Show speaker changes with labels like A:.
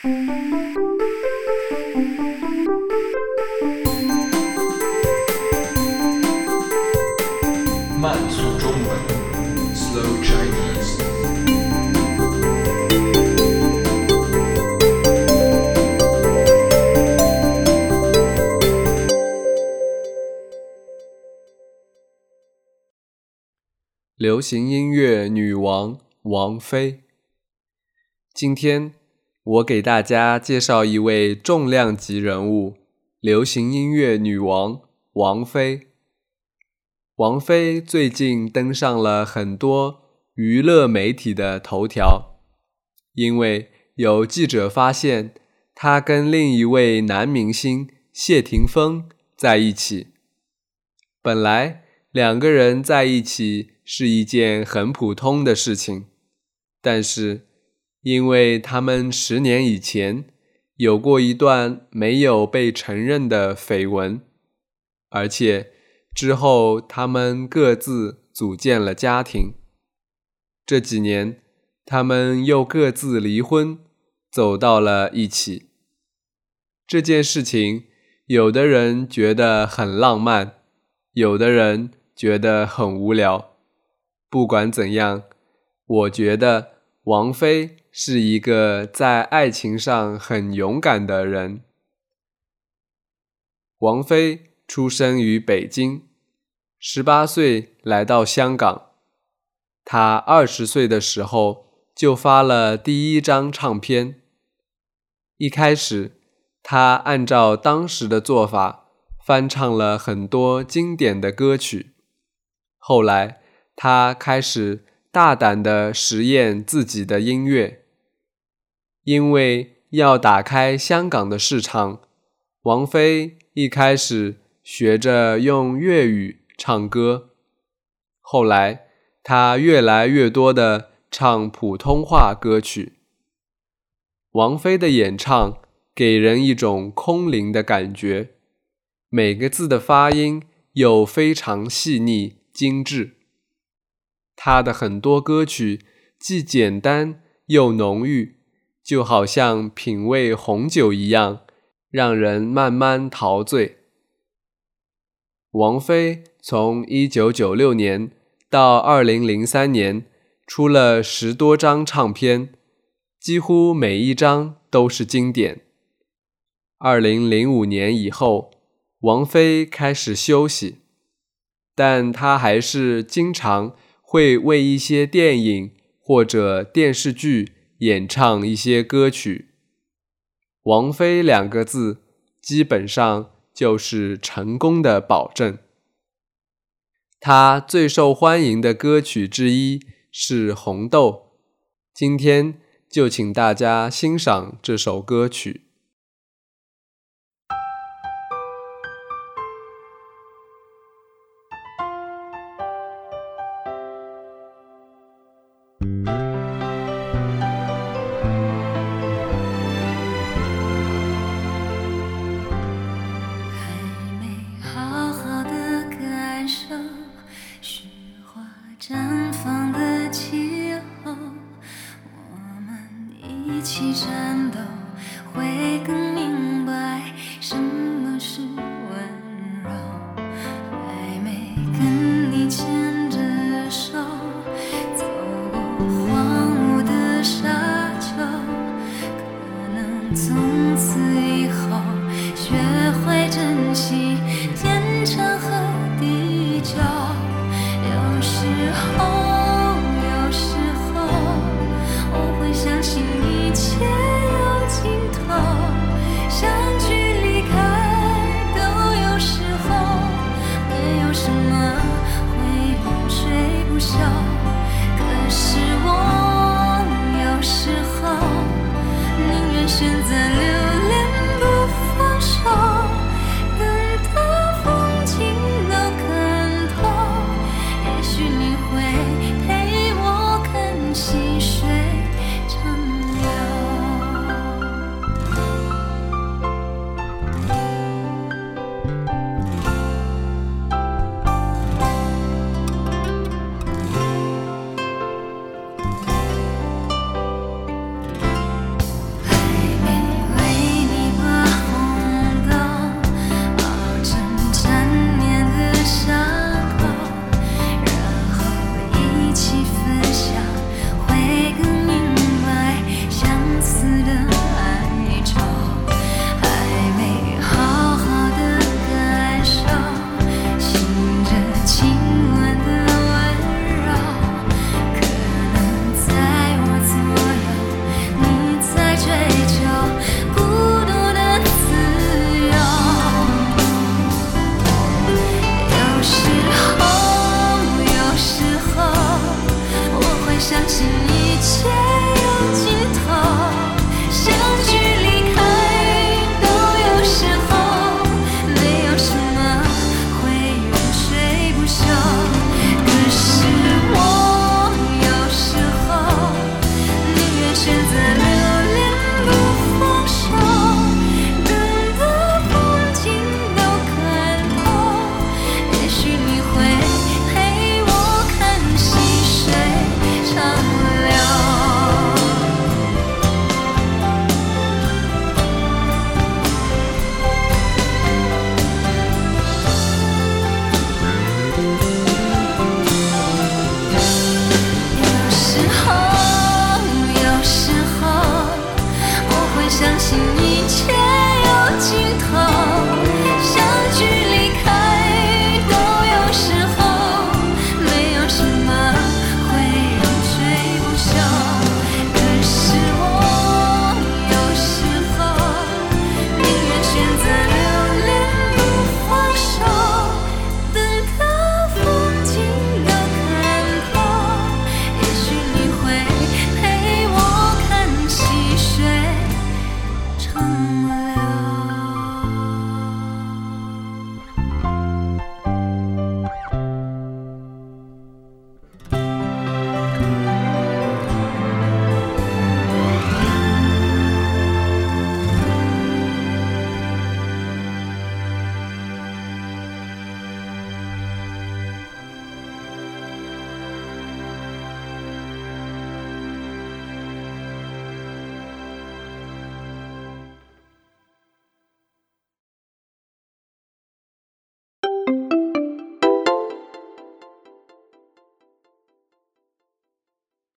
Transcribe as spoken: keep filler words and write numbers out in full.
A: 慢速中文 Slow Chinese。
B: 流行音乐女王王菲。今天我给大家介绍一位重量级人物，流行音乐女王王菲。王菲最近登上了很多娱乐媒体的头条，因为有记者发现她跟另一位男明星谢霆锋在一起。本来两个人在一起是一件很普通的事情，但是因为他们十年以前有过一段没有被承认的绯闻，而且之后他们各自组建了家庭。这几年他们又各自离婚，走到了一起。这件事情有的人觉得很浪漫，有的人觉得很无聊。不管怎样，我觉得王菲是一个在爱情上很勇敢的人。王菲出生于北京，十八岁来到香港。她二十岁的时候就发了第一张唱片。一开始，她按照当时的做法，翻唱了很多经典的歌曲。后来，她开始大胆地实验自己的音乐。因为要打开香港的市场，王菲一开始学着用粤语唱歌，后来她越来越多地唱普通话歌曲。王菲的演唱给人一种空灵的感觉，每个字的发音又非常细腻精致。她的很多歌曲既简单又浓郁，就好像品味红酒一样，让人慢慢陶醉。王菲从一九九六年到二零零三年出了十多张唱片，几乎每一张都是经典。二零零五年以后，王菲开始休息，但她还是经常会为一些电影或者电视剧演唱一些歌曲。王菲两个字基本上就是成功的保证。她最受欢迎的歌曲之一是《红豆》，今天就请大家欣赏这首歌曲。
C: 一起战斗，会更明白什么是温柔。还没跟你牵着手，走过荒芜的沙丘，可能从此以后学会珍惜天长和地久。有时候有时候我会相信一切有尽头，相聚离开都有时候，没有什么会永垂不朽。可是我有时候宁愿选择